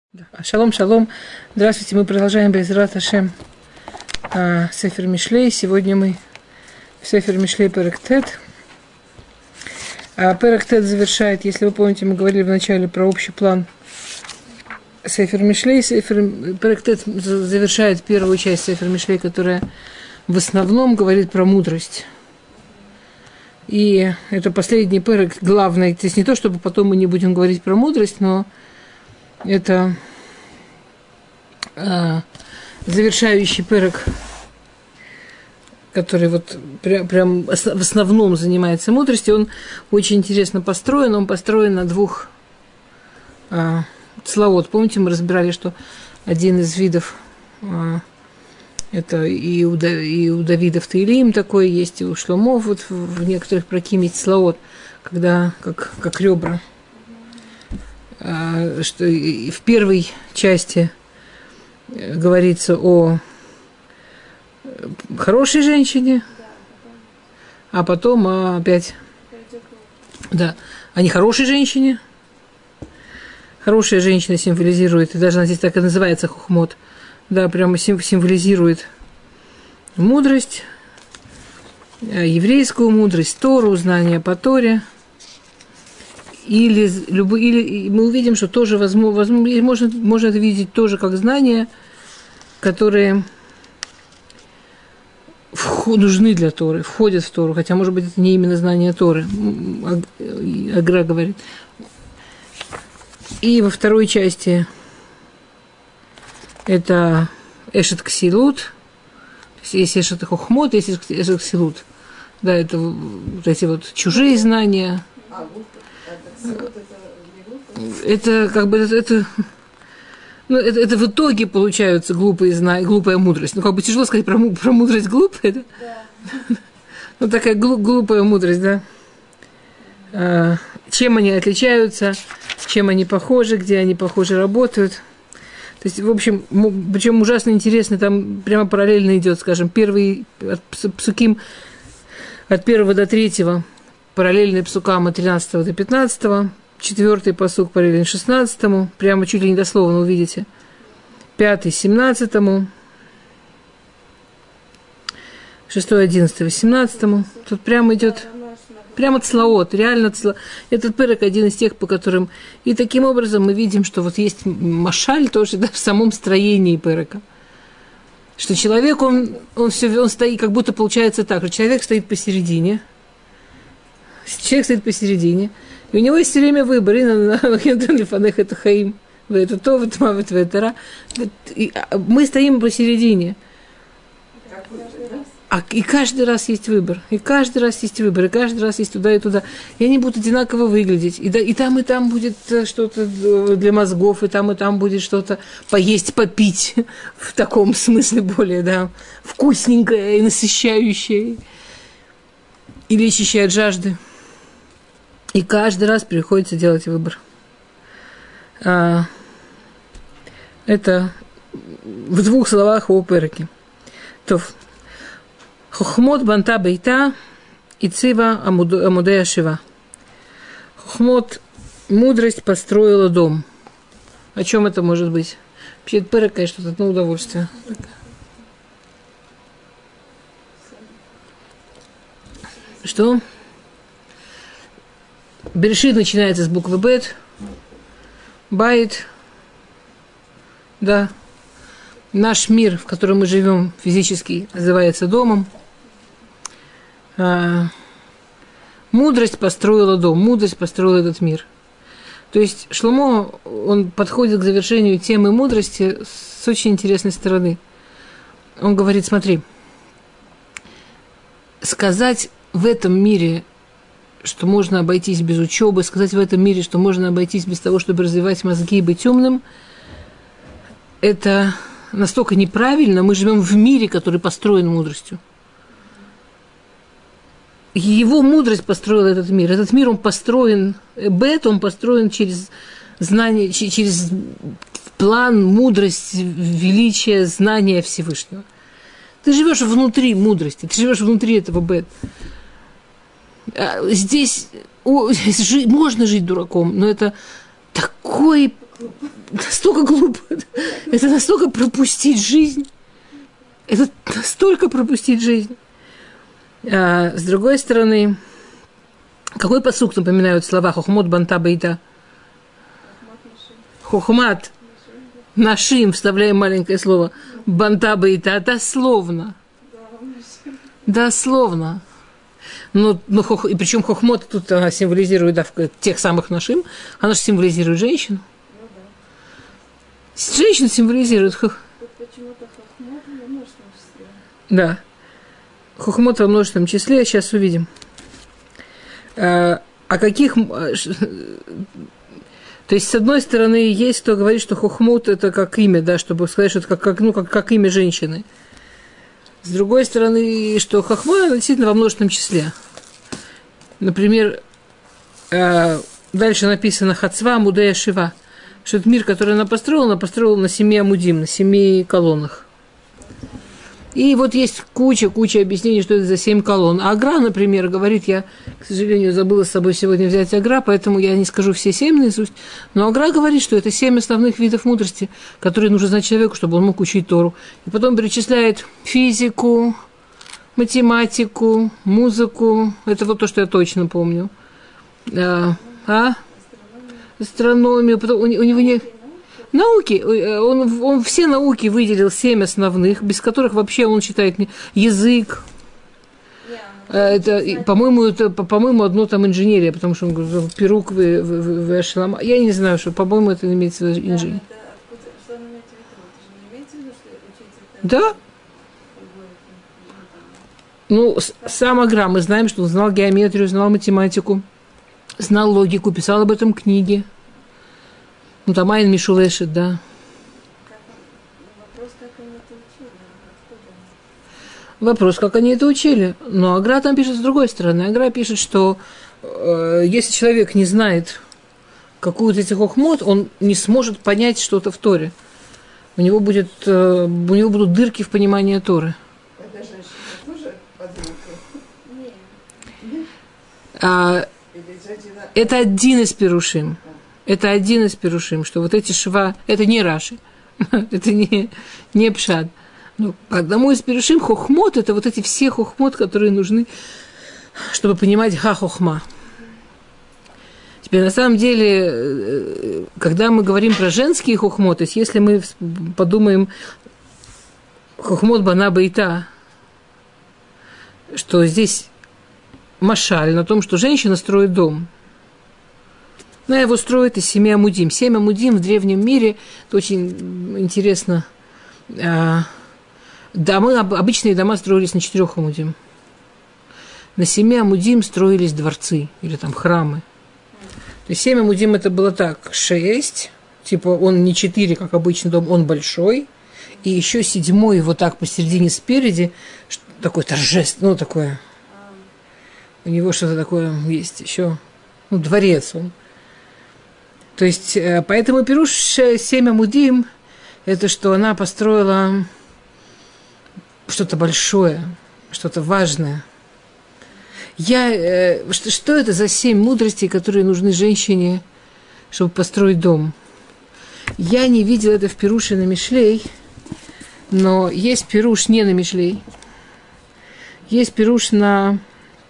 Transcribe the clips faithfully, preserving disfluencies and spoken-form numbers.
Да. Шалом, шалом. Здравствуйте, мы продолжаем Бе'эзрат Ашем а, Сефер Мишлей. Сегодня мы в Сефер Мишлей Перек Тет. А Перек Тет завершает, если вы помните, мы говорили вначале про общий план Сефер Мишлей. Сефер Перек Тет завершает первую часть Сефер Мишлей, которая в основном говорит про мудрость. И это последний перек, главный. То есть не то, чтобы потом мы не будем говорить про мудрость, но это э, завершающий перек, который вот прям, прям в основном занимается мудростью. Он очень интересно построен. Он построен на двух э, цлаот. Помните, мы разбирали, что один из видов э, это и у, и у Давида в Таилим такой есть, и у Шломо вот в, в некоторых праким есть цлаот, когда как, как ребра. Что в первой части говорится о хорошей женщине, а потом опять да, о нехорошей женщине. Хорошая женщина символизирует, и даже она здесь так и называется хухмот, да, прямо символизирует мудрость, еврейскую мудрость, Тору, знания по Торе. Или, или мы увидим, что тоже возможно, возможно можно, можно это видеть тоже как знания, которые нужны для Торы, входят в Тору, хотя, может быть, это не именно знание Торы, Агра говорит. И во второй части это Эшет Ксилут, есть Эшет Хохмот, есть Эшет Ксилут. Да, это вот эти вот чужие знания. Это как бы это, это, ну, это, это в итоге получаются глупые знания, глупая мудрость. Ну, как бы тяжело сказать про, про мудрость глупая, да? Да. Ну, такая глуп, глупая мудрость, да. А, чем они отличаются, чем они похожи, где они похожи работают. То есть, в общем, причем ужасно интересно, там прямо параллельно идет, скажем, первый от псуким от первого до третьего. Параллельный псукам от тринадцатого до пятнадцатого, четвертый пасук параллельный шестнадцатому, прямо чуть ли не дословно увидите, пятый семнадцатому, шестой одиннадцатый восемнадцатому. Тут прямо идет, прямо цлаот, реально цлаот. Этот перек один из тех, по которым... И таким образом мы видим, что вот есть машаль тоже, да, в самом строении перека. Что человек, он, он, все, он стоит, как будто получается так, что человек стоит посередине, человек стоит посередине, и у него есть все время выбор. И это хаим, это то, это мавит, это ра. Мы стоим посередине. А, и каждый раз есть выбор. И каждый раз есть выбор. И каждый раз есть туда и туда. И они будут одинаково выглядеть. И, да, и там, и там будет что-то для мозгов, и там, и там будет что-то поесть, попить. В таком смысле более, да, вкусненькое и насыщающее. Или очищает от жажды. И каждый раз приходится делать выбор. А, это в двух словах о переке. То Хохмот банта бейта и цива амудея шива. Хохмот, мудрость построила дом. О чем это может быть? Вообще, это перек, конечно, это одно удовольствие. Что? Берешит начинается с буквы Бет. Байт. Да. Наш мир, в котором мы живем физически, называется домом. А, мудрость построила дом. Мудрость построила этот мир. То есть Шломо, он подходит к завершению темы мудрости с очень интересной стороны. Он говорит, смотри, сказать в этом мире, что можно обойтись без учебы, сказать в этом мире, что можно обойтись без того, чтобы развивать мозги и быть умным, это настолько неправильно. Мы живем в мире, который построен мудростью. Его мудрость построила этот мир. Этот мир, он построен, бет, он построен через знание, через план, мудрость, величие, знание Всевышнего. Ты живешь внутри мудрости, ты живешь внутри этого бет. Здесь можно жить дураком, но это такой настолько глупо. Это настолько пропустить жизнь. Это настолько пропустить жизнь. А, с другой стороны, какой пасук напоминают слова хохмот банта бейта? Хохмат нашим, вставляем маленькое слово, банта бейта, дословно. Дословно. Но, но хох, и причем хохмот тут она символизирует, да, тех самых нашим, она же символизирует женщину. Ну, да. Женщина символизирует хох. Почему-то хохмот в множественном числе. Да. Хохмот во множественном числе, сейчас увидим. А, а каких... То есть, с одной стороны, есть кто говорит, что хохмот – это как имя, да, чтобы сказать, что это как, как, ну, как, как имя женщины. С другой стороны, что хохма действительно во множественном числе. Например, дальше написано «Хацва мудея шива», что это мир, который она построила, она построила на семи амудим, на семи колоннах. И вот есть куча-куча объяснений, что это за семь колонн. А Агра, например, говорит, я, к сожалению, забыла с собой сегодня взять Агра, поэтому я не скажу все семь наизусть, но Агра говорит, что это семь основных видов мудрости, которые нужно знать человеку, чтобы он мог учить Тору. И потом перечисляет физику, математику, музыку, это вот то, что я точно помню. А? а? Астрономию, потом у, у него не... Науки, он, он все науки выделил семь основных, без которых вообще он считает язык. Это, по-моему, это, по-моему, одно там инженерия, потому что он говорит, перук вы, вы, вы, вы ошелома. Я не знаю, что, по-моему, это имеется в виду инженерия. Да? Ну, сам Агра, мы знаем, что он знал геометрию, знал математику, знал логику, писал об этом книги. Ну, там Айн Мишулешет, да. Вопрос, как они это учили. Вопрос, как они это учили. Но Агра там пишет с другой стороны. Агра пишет, что э, если человек не знает какую-то этих хохмот, он не сможет понять что-то в Торе. У него, будет, э, у него будут дырки в понимании Торы. Это женщина тоже подруга? Нет. А, это один из пирушим. Это один из пирушим, что вот эти шва, это не Раши, это не, не Пшат. Но по одному из пирушим хохмот, это вот эти все хохмот, которые нужны, чтобы понимать ха-хохма. Теперь, на самом деле, когда мы говорим про женские хохмот, то есть если мы подумаем хохмот бана бейта, что здесь машаль на том, что женщина строит дом, она его строит из семи амудим. Семь амудим в древнем мире, это очень интересно. Дома, обычные дома строились на четырех амудим. На семи амудим строились дворцы или там храмы. То есть семь амудим это было так, шесть, типа он не четыре, как обычный дом, он большой, и еще седьмой вот так посередине спереди, такой торжественный, ну такое, у него что-то такое есть еще, ну дворец он. То есть, поэтому пируш семь амудим – это что она построила что-то большое, что-то важное. Я, что, что это за семь мудростей, которые нужны женщине, чтобы построить дом? Я не видела это в пируше на Мишлей, но есть пируш не на Мишлей. Есть пируш на…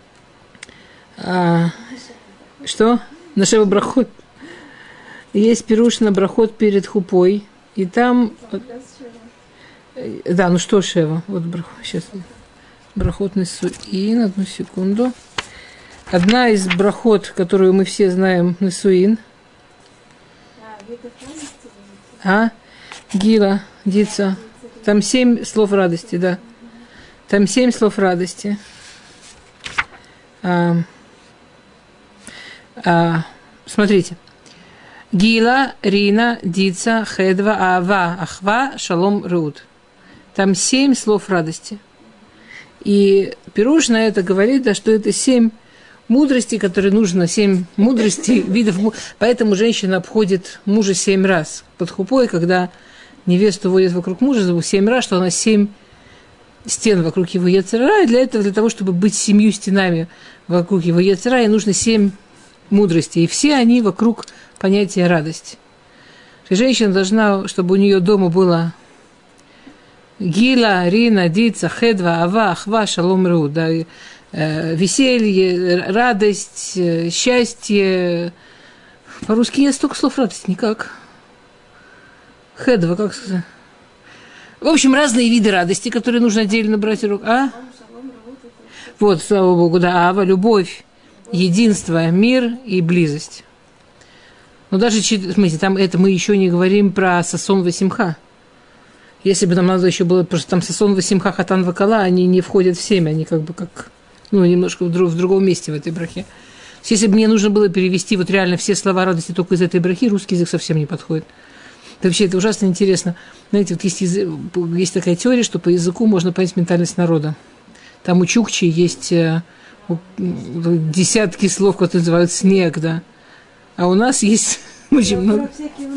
А, что? На Шева Брахот. Есть пируш на брахот перед хупой, и там, да, ну что Шева, вот брахот, сейчас, брахот Несуин, одну секунду. Одна из брахот, которую мы все знаем, Несуин. А, Гила, Дица, там семь слов радости, да, там семь слов радости. А, а, смотрите. Гила, Рина, Дица, Хедва, Ава, Ахва, Шалом, Руд. Там семь слов радости. И пируш на это говорит, да, что это семь мудростей, которые нужно, семь мудростей, видов. Поэтому женщина обходит мужа семь раз под хупой, когда невесту водит вокруг мужа, семь раз, что она семь стен вокруг его яцера. И для этого, для того, чтобы быть семью стенами вокруг его яцера, ей нужно семь мудростей. И все они вокруг понятия радости. Женщина должна, чтобы у нее дома было гила, рина, дица, хедва, ава, ахва, шалом, ру, да, э, веселье, радость, э, счастье. По-русски нет столько слов радость, никак. Хедва, как сказать? В общем, разные виды радости, которые нужно отдельно брать в руку. А? Вот, слава Богу, да, ава, любовь, единство, мир и близость. Но даже, смотрите, там это мы еще не говорим про Сасон Васимха. Если бы нам надо еще было, просто там Сасон Васимха, Хатан Вакала, они не входят в семя, они как бы как, ну, немножко в, друг, в другом месте в этой брахе. Если бы мне нужно было перевести вот реально все слова радости только из этой брахи, русский язык совсем не подходит. Это вообще это ужасно интересно. Знаете, вот есть, язык, есть такая теория, что по языку можно понять ментальность народа. Там у чукчи есть э, десятки слов, которые называют снег, да. А у нас есть очень много...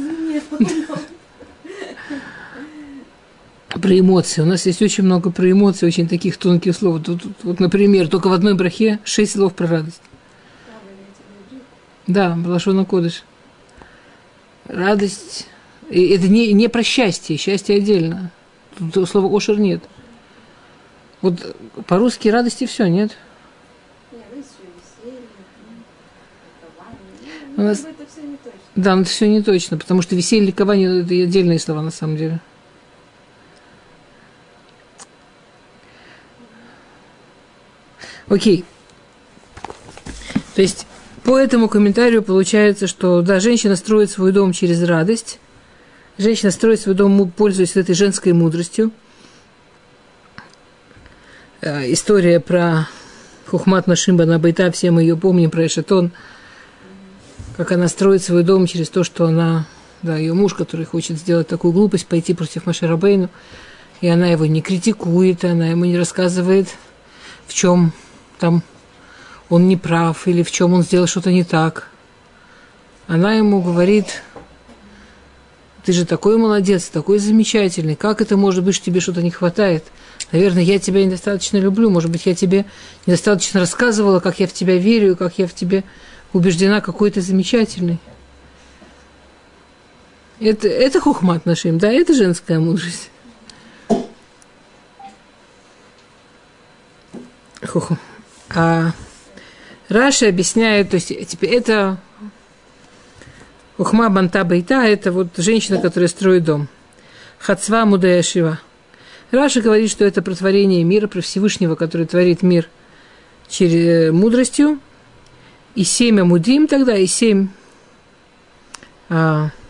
Про эмоции. У нас есть очень много про эмоции, очень таких тонких слов. Вот, вот, вот, например, только в одной брахе шесть слов про радость. Да, лашон кодыш. Радость. И это не, не про счастье, счастье отдельно. Тут слова ошер нет. Вот по-русски радости все, нет? У нас... Это все не точно. Да, но это все не точно, потому что веселье, ликование – это отдельные слова на самом деле. Окей. То есть по этому комментарию получается, что да, женщина строит свой дом через радость, женщина строит свой дом, пользуясь этой женской мудростью. Э, история про Хухмат Нашим Бана Байта, все мы ее помним, про Эшетон, как она строит свой дом через то, что она, да, ее муж, который хочет сделать такую глупость, пойти против Моше Рабейну, и она его не критикует, она ему не рассказывает, в чем там он не прав или в чем он сделал что-то не так. Она ему говорит: ты же такой молодец, такой замечательный, как это может быть, что тебе что-то не хватает? Наверное, я тебя недостаточно люблю, может быть, я тебе недостаточно рассказывала, как я в тебя верю, как я в тебе убеждена, какой ты замечательный. Это, это хухмат нашим, да, это женская мудрость. Хуху. А Раши объясняет, то есть теперь это Хухма Банта Байта, это вот женщина, которая строит дом. Хацва Мудая Шива. Раши говорит, что это про творение мира, про Всевышнего, который творит мир через мудростью. И семь амудим тогда, и семь, а,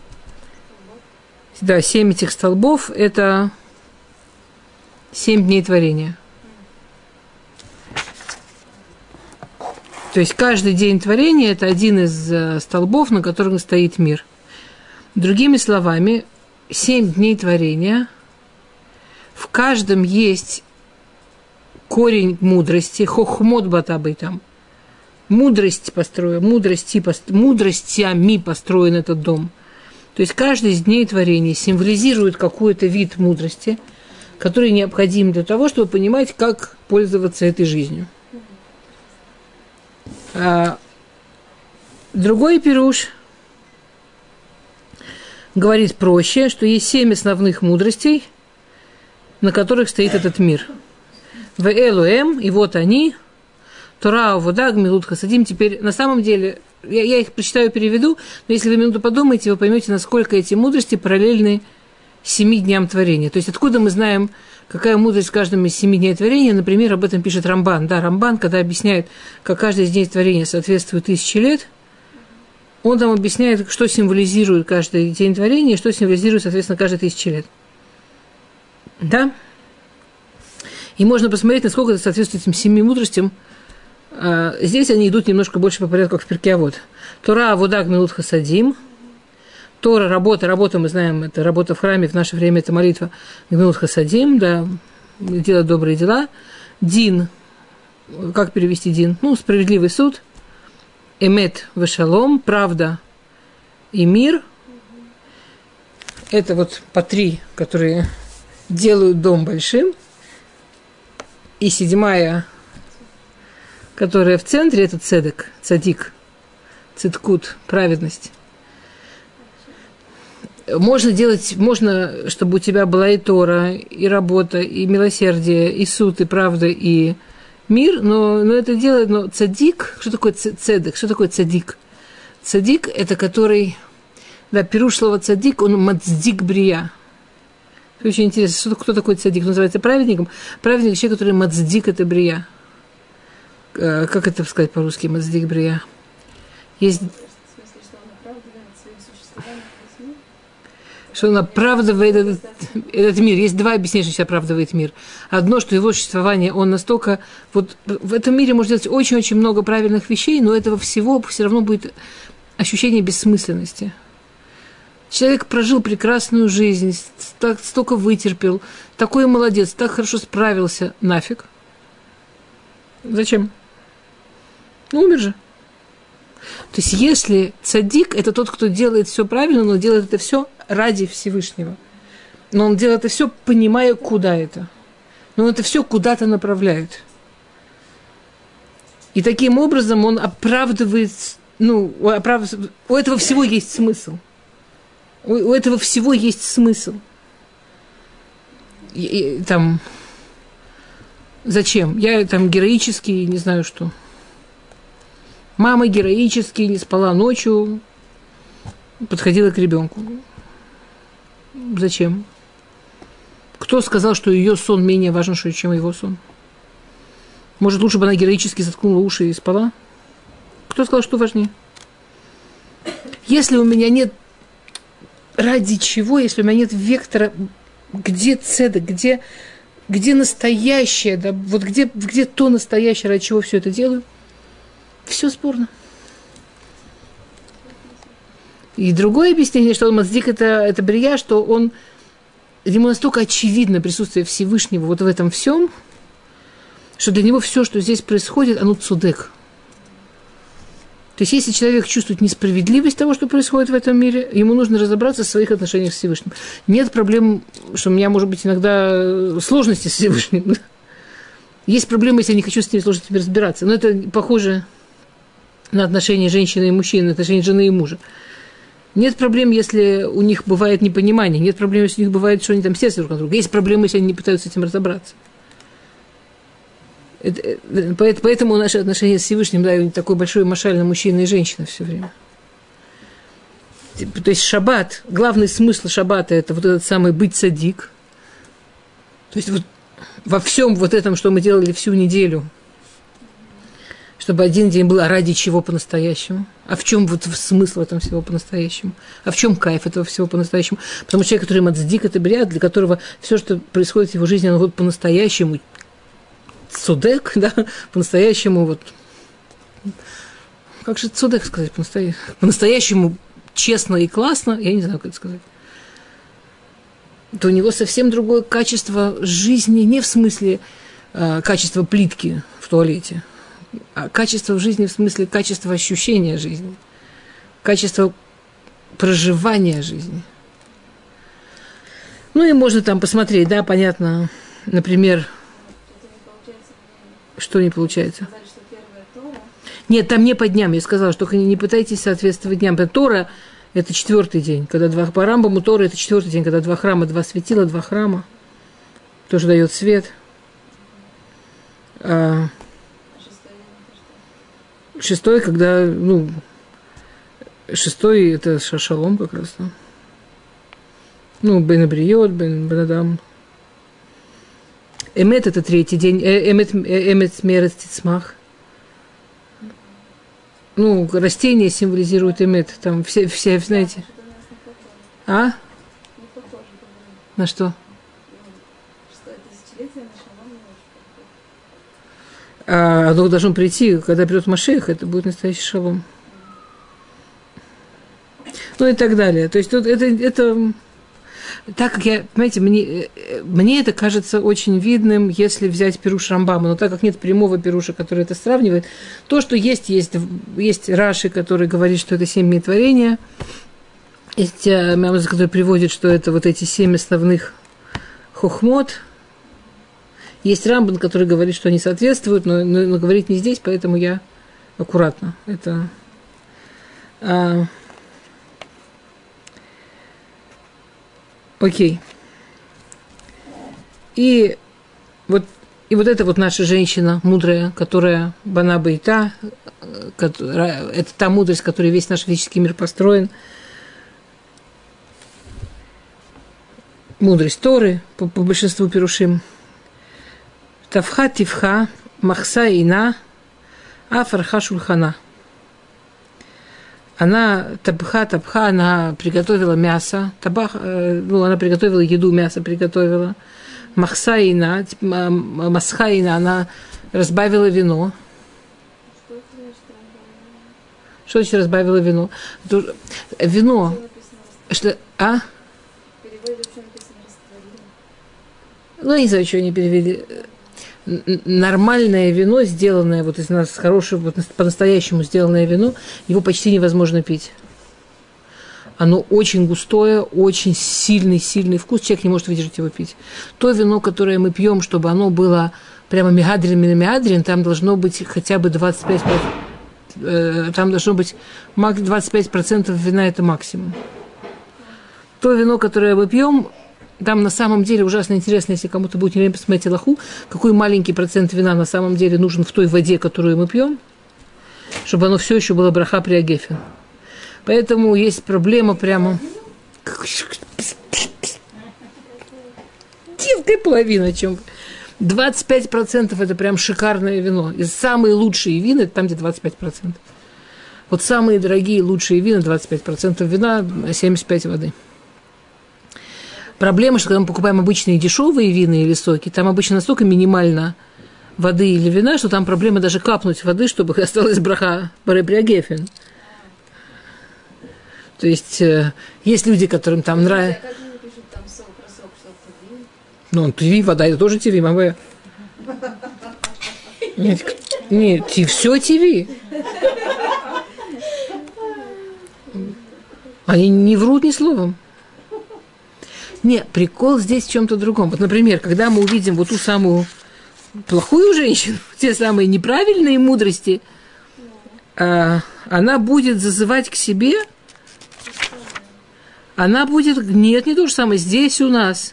да, семь этих столбов – это семь дней творения. То есть каждый день творения – это один из столбов, на котором стоит мир. Другими словами, семь дней творения, в каждом есть корень мудрости, хохмот батабы там. Мудрость построена, мудрости, мудростями построен этот дом. То есть каждый из дней творения символизирует какой-то вид мудрости, который необходим для того, чтобы понимать, как пользоваться этой жизнью. А другой пируш говорит проще, что есть семь основных мудростей, на которых стоит этот мир. В Элуэм, и вот они, Тора, Вода, Гмилут, Хасадим. Теперь, на самом деле, я, я их прочитаю, переведу, но если вы минуту подумаете, вы поймете, насколько эти мудрости параллельны семи дням творения. То есть, откуда мы знаем, какая мудрость в каждом из семи дней творения, например, об этом пишет Рамбан. Да, Рамбан, когда объясняет, как каждый из дней творения соответствует тысяче лет, он там объясняет, что символизирует каждый день творения и что символизирует, соответственно, каждые тысячи лет. Да? И можно посмотреть, насколько это соответствует этим семи мудростям. Здесь они идут немножко больше по порядку, как в Перке Авот. Тора, Вода, Гмилут, Хасадим. Тора, работа, работа, мы знаем, это работа в храме, в наше время это молитва. Гмилут, Хасадим, да, делать добрые дела. Дин, как перевести дин? Ну, справедливый суд. Эмет, вешалом, правда и мир. Это вот по три, которые делают дом большим. И седьмая, которая в центре, это цедек, цадик, цидкут, праведность. Можно делать, можно, чтобы у тебя была и Тора, и работа, и милосердие, и суд, и правда, и мир, но, но это делает, но цадик, что такое цедек, что такое цадик? Цадик – это который, да, пируш слова цадик, он мацдик брия. Очень интересно, что, кто такой цадик? Он называется праведником. Праведник – человек, который мацдик – это брия. Как это сказать по-русски, мацдик брия? Есть... Что он оправдывает этот, этот мир. Есть два объяснения, что оправдывает мир. Одно, что его существование, он настолько... Вот в этом мире можно делать очень-очень много правильных вещей, но этого всего все равно будет ощущение бессмысленности. Человек прожил прекрасную жизнь, так, столько вытерпел, такой молодец, так хорошо справился. Нафиг. Зачем? Ну, умер же. То есть, если цадик – это тот, кто делает все правильно, но делает это все ради Всевышнего. Но он делает это все, понимая, куда это. Но он это все куда-то направляет. И таким образом он оправдывает, ну, оправ... у этого всего есть смысл. У, у этого всего есть смысл. И, и, там, зачем? Я там героический, не знаю что. Мама героически не спала ночью, подходила к ребенку. Зачем? Кто сказал, что ее сон менее важен, чем его сон? Может, лучше бы она героически заткнула уши и спала? Кто сказал, что важнее? Если у меня нет ради чего, если у меня нет вектора, где цедок, где, где настоящее, да, вот где, где то настоящее, ради чего все это делаю, все спорно. И другое объяснение, что он мацдик, это, это брия, что он, ему настолько очевидно присутствие Всевышнего вот в этом всем, что для него все, что здесь происходит, оно цудек. То есть, если человек чувствует несправедливость того, что происходит в этом мире, ему нужно разобраться в своих отношениях с Всевышним. Нет проблем, что у меня, может быть, иногда сложности с Всевышним. Есть проблемы, если я не хочу с этими сложностями разбираться. Но это похоже на отношения женщины и мужчины, на отношения жены и мужа. Нет проблем, если у них бывает непонимание. Нет проблем, если у них бывает, что они там сердце друг на друга. Есть проблемы, если они не пытаются с этим разобраться. Это, поэтому наши отношения с Всевышним, да, такой большой машаль на мужчина и женщина все время. То есть шаббат, главный смысл шаббата – это вот этот самый быть садик. То есть вот во всем вот этом, что мы делали всю неделю, чтобы один день был, а ради чего по-настоящему? А в чем вот смысл этого всего по-настоящему? А в чем кайф этого всего по-настоящему? Потому что человек, который мацдик, это бряд, для которого все, что происходит в его жизни, оно вот по-настоящему цудек, да, по-настоящему вот... Как же цудек сказать по-настоящему? По-настоящему честно и классно, я не знаю, как это сказать. То у него совсем другое качество жизни, не в смысле э, качества плитки в туалете, а качество в жизни в смысле качества ощущения жизни, качество проживания жизни. Ну и можно там посмотреть, да, понятно, например, что не получается. Нет, там не по дням, я сказала, что только не пытайтесь соответствовать дням. Тора – это четвертый день, когда два, по Рамбаму Тора – это четвертый день, когда два храма, два светила, два храма, тоже дает свет. А шестой, когда, ну, шестой – это шалом как раз, да. Ну, бен абриот, бен бен-адам. Эмет – это третий день, эмет, эмет мерец тицмах. Ну, растения символизируют эмет, там все, все, знаете. А? На что? А оно должно прийти, когда придет Машиах, это будет настоящий шалом. Ну и так далее. То есть тут это, это так как я, понимаете, мне, мне это кажется очень видным, если взять пируш Рамбама, но так как нет прямого пируша, который это сравнивает, то, что есть, есть, есть Раши, который говорит, что это семь дней творения, есть Мямза, который приводит, что это вот эти семь основных хохмот. Есть Рамбан, который говорит, что они соответствуют, но, но, но говорит не здесь, поэтому я аккуратно. Это... А, Окей. И вот, и вот эта вот наша женщина мудрая, которая Бана Байта, это та мудрость, которой весь наш физический мир построен, мудрость Торы, по, по большинству пирушим. Тавха тивха, махса ина, афарха шульхана. Она табха, табха, она приготовила мясо, табах, ну, она приготовила еду, мясо приготовила. Махса ина, масха ина, она разбавила вино. Что значит разбавила вино? Вино. Что? А? Ну, я не знаю, что они перевели. Нормальное вино, сделанное вот из нас, хорошее, вот по-настоящему сделанное вино, его почти невозможно пить. Оно очень густое, очень сильный-сильный вкус, человек не может выдержать его пить. То вино, которое мы пьем, чтобы оно было прямо мегадрин на мегадрин, там должно быть хотя бы двадцать пять процентов, э, там должно быть двадцать пять процентов вина, это максимум. То вино, которое мы пьем, там на самом деле ужасно интересно, если кому-то будет нереально посмотреть Алаху, какой маленький процент вина на самом деле нужен в той воде, которую мы пьем, чтобы оно все еще было браха при агефе. Поэтому есть проблема прямо... Детская половина, чем... двадцать пять процентов это прям шикарное вино. И самые лучшие вина, это там, где двадцать пять процентов. Вот самые дорогие, лучшие вина, двадцать пять процентов вина, семьдесят пять процентов воды. Проблема, что когда мы покупаем обычные дешевые вина или соки, там обычно настолько минимально воды или вина, что там проблема даже капнуть воды, чтобы осталась браха баре-приагефин. То есть э, есть люди, которым там нравится... Как они пишут там сок, росок, что-то тиви? Ну, тиви, вода, это тоже тиви, мама. Нет, нет, все тиви. Они не врут ни словом. Нет, прикол здесь в чем-то другом. Вот, например, когда мы увидим вот ту самую плохую женщину, те самые неправильные мудрости, а, она будет зазывать к себе, она будет... Нет, не то же самое. Здесь у нас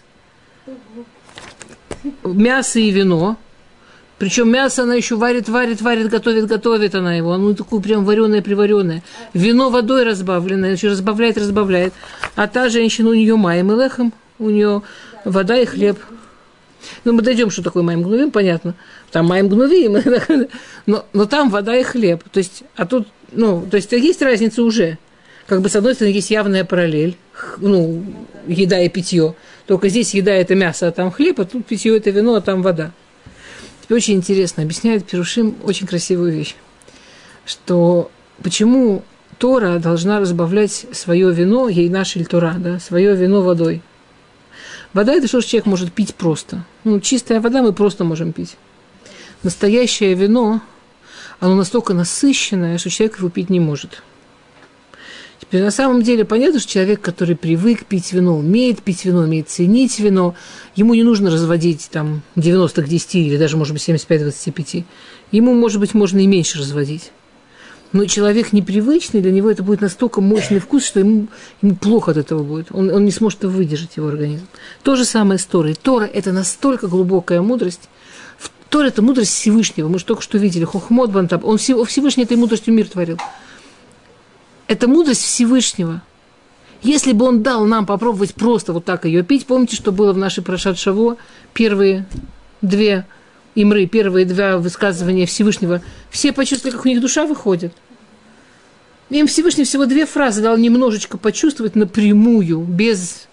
мясо и вино. Причем мясо она еще варит, варит, варит, готовит, готовит она его. Оно такое прям вареное, приваренное. Вино водой разбавленное, еще разбавляет, разбавляет. А та женщина, у нее маем и лехом, у нее вода и хлеб. Ну, мы дойдем, что такое маем гнувим, понятно. Там маем гнувим, но, но там вода и хлеб. То есть, а тут, ну, то есть, есть разница уже. Как бы, с одной стороны, есть явная параллель, ну, еда и питье. Только здесь еда – это мясо, а там хлеб, а тут питье – это вино, а там вода. Теперь очень интересно, объясняет Пирушим очень красивую вещь, что почему Тора должна разбавлять свое вино, ей наш Тора, да, свое вино водой. Вода – это что, человек может пить просто. Ну, чистая вода мы просто можем пить. Настоящее вино, оно настолько насыщенное, что человек его пить не может. Теперь на самом деле понятно, что человек, который привык пить вино, умеет пить вино, умеет ценить вино, ему не нужно разводить там девяносто к десяти или даже, может быть, семьдесят пять к двадцати пяти. Ему, может быть, можно и меньше разводить. Но человек непривычный, для него это будет настолько мощный вкус, что ему, ему плохо от этого будет. Он, он не сможет выдержать, его организм. То же самое с Торой. Тора – это настолько глубокая мудрость. Тора – это мудрость Всевышнего. Мы же только что видели. Хохмот Бантаб. Он Всевышний этой мудростью мир творил. Это мудрость Всевышнего. Если бы он дал нам попробовать просто вот так ее пить, помните, что было в нашей Парашат Шаво? Первые две имры, первые два высказывания Всевышнего. Все почувствовали, как у них душа выходит. Им Всевышний всего две фразы дал немножечко почувствовать напрямую, без...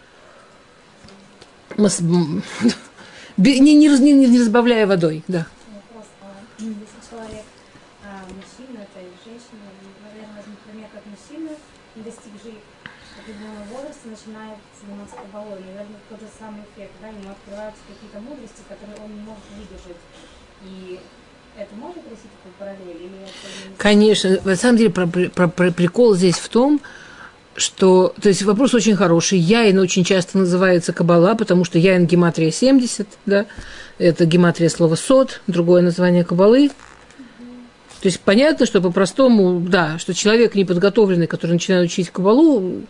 не, не, не, не разбавляя водой. Да. Начинает заниматься кабалой, наверное, тот же самый эффект, да, ему открываются какие-то мудрости, которые он не может выдержать. И это можно провести такую параллель? Или это... Конечно. На самом деле, про, про, про прикол здесь в том, что... То есть вопрос очень хороший. Яин очень часто называется кабала, потому что яин гематрия семьдесят, да, это гематрия слова сот, другое название кабалы. То есть понятно, что по-простому, да, что человек неподготовленный, который начинает учить кабалу,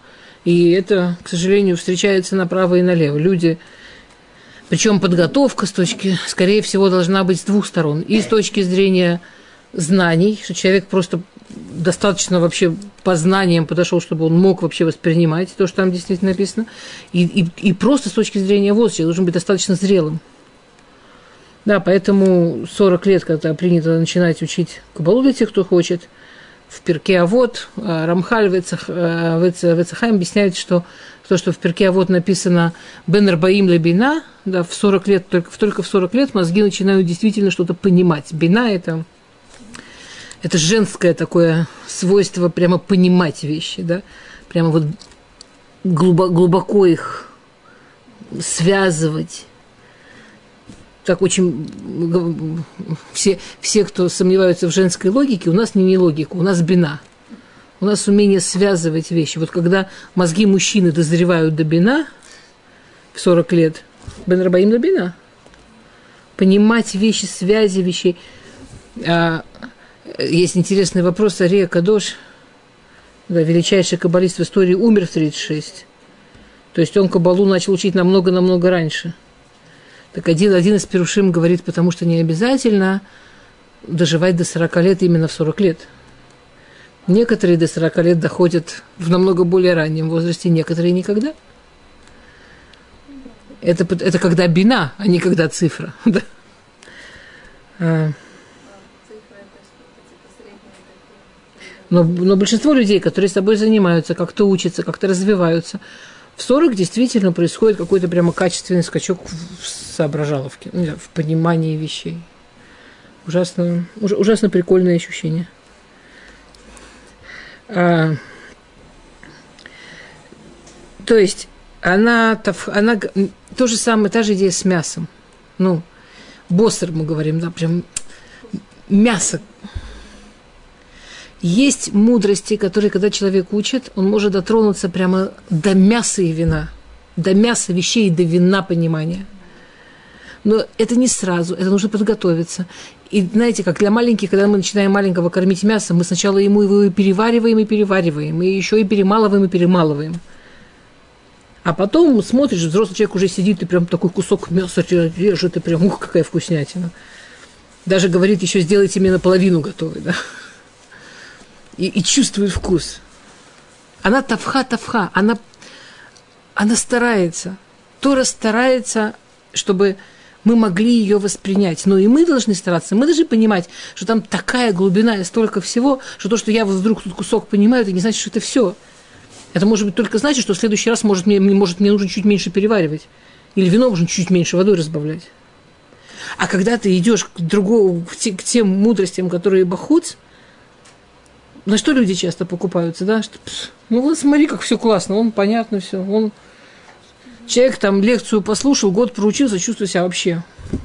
И это, к сожалению, встречается направо и налево. Люди, причем подготовка с точки, скорее всего, должна быть с двух сторон. И с точки зрения знаний, что человек просто достаточно вообще по знаниям подошел, чтобы он мог вообще воспринимать то, что там действительно написано. И, и, и просто с точки зрения возраста человек должен быть достаточно зрелым. Да, поэтому сорок лет, когда принято начинать учить кабалу для тех, кто хочет, в Перке Авот Рамхаль Вецахайм объясняет, что то, что в Перке Авот написано «Бен Арбаим ле бина», да, в сорок лет, только, только в сорок лет мозги начинают действительно что-то понимать. Бина – это, это женское такое свойство прямо понимать вещи, да, прямо вот глубоко, глубоко их связывать. Так очень все, все, кто сомневаются в женской логике, у нас не, не логика, у нас бина. У нас умение связывать вещи. Вот когда мозги мужчины дозревают до бина в сорок лет, бен рабаим до бина, понимать вещи, связи вещей. А, есть интересный вопрос. Ария Кадош, да, величайший каббалист в истории, умер в тридцать шесть. То есть он каббалу начал учить намного-намного раньше. Так один, один из пирушим говорит, потому что не обязательно доживать до сорока лет именно в сорок лет. Некоторые до сорока лет доходят в намного более раннем возрасте, некоторые никогда. Это, это когда бина, а не когда цифра. Да. А. Но, но большинство людей, которые с тобой занимаются, как-то учатся, как-то развиваются, в сорок действительно происходит какой-то прямо качественный скачок в соображаловке, в понимании вещей. Ужасно, ужасно прикольное ощущение. А, то есть она, она то же самое, та же идея с мясом. Ну, боссер мы говорим, да, прям мясо. Есть мудрости, которые, когда человек учит, он может дотронуться прямо до мяса и вина, до мяса вещей и до вина понимания. Но это не сразу, это нужно подготовиться. И знаете, как для маленьких, когда мы начинаем маленького кормить мясом, мы сначала ему его и перевариваем, и перевариваем, и еще и перемалываем, и перемалываем. А потом смотришь, взрослый человек уже сидит, и прям такой кусок мяса режет, и прям, ух, какая вкуснятина. Даже говорит, еще сделайте мне наполовину готовый, да. И, и чувствует вкус. Она тавха-тавха, она, она старается. Тора старается, чтобы мы могли ее воспринять. Но и мы должны стараться. Мы должны понимать, что там такая глубина и столько всего, что то, что я вдруг тут кусок понимаю, это не значит, что это все. Это может быть только значит, что в следующий раз может мне, может, мне нужно чуть меньше переваривать. Или вино нужно чуть меньше водой разбавлять. А когда ты идешь к другому, к, те, к тем мудростям, которые бахуц, на что люди часто покупаются, да? Что, ну вот смотри, как все классно, он понятно все. Он... Человек там лекцию послушал, год проучился, чувствует себя вообще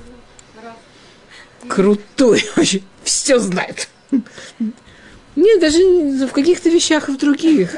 крутой, вообще все знает. Нет, даже в каких-то вещах и в других.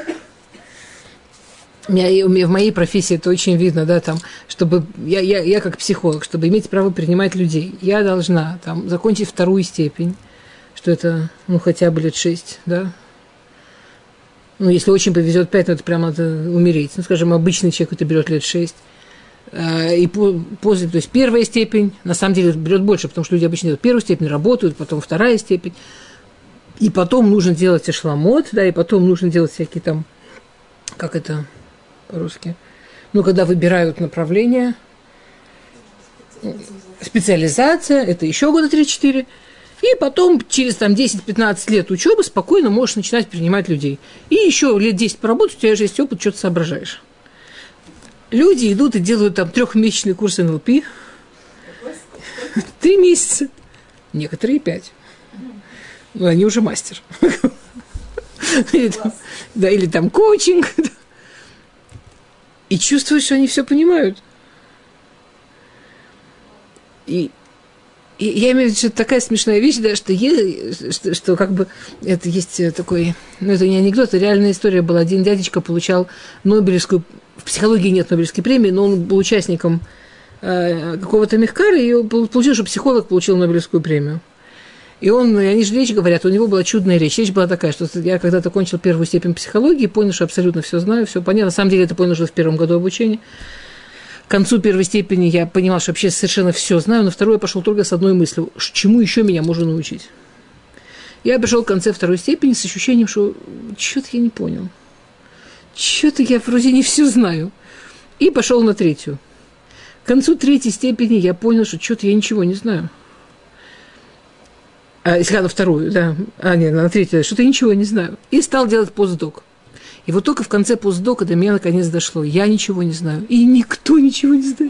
У меня, у меня в моей профессии это очень видно, да, там, чтобы я, я, я как психолог, чтобы иметь право принимать людей, я должна там закончить вторую степень. Что это, ну, хотя бы лет шесть, да? Ну, если очень повезет пять, то это прямо надо умереть. Ну, скажем, обычный человек это берет лет шесть. И после, то есть первая степень, на самом деле, берет больше, потому что люди обычно делают первую степень, работают, потом вторая степень. И потом нужно делать эшламот, да, и потом нужно делать всякие там, как это по-русски? Ну, когда выбирают направление, специализация, это еще года три-четыре. И потом, через там, десять-пятнадцать лет учебы, спокойно можешь начинать принимать людей. И еще лет десять поработать, у тебя же есть опыт, что ты соображаешь. Люди идут и делают там трехмесячный курс эн эл пи. Три месяца. Некоторые пять. Ну, они уже мастер. Или там, да, или там коучинг. И чувствуешь, что они все понимают. И И я имею в виду, что это такая смешная вещь, да, что, что, что как бы это есть такой, ну это не анекдот, это реальная история была. Один дядечка получал Нобелевскую, в психологии нет Нобелевской премии, но он был участником э, какого-то мехкара, и получил, что психолог получил Нобелевскую премию. И он, и они же речь говорят, у него была чудная речь. Речь была такая, что я когда-то кончил первую степень психологии, понял, что абсолютно все знаю, все понятно. На самом деле это понял уже в первом году обучения. К концу первой степени я понимал, что вообще совершенно все знаю, но второй я пошел только с одной мыслью, чему еще меня можно научить. Я пришел к концу второй степени с ощущением, что что-то я не понял. Что-то я вроде не все знаю. И пошел на третью. К концу третьей степени я понял, что что-то я ничего не знаю. А, если на вторую, да. А, нет, на третью, что-то я ничего не знаю. И стал делать постдок. И вот только в конце постдока до меня наконец дошло. Я ничего не знаю. И никто ничего не знает.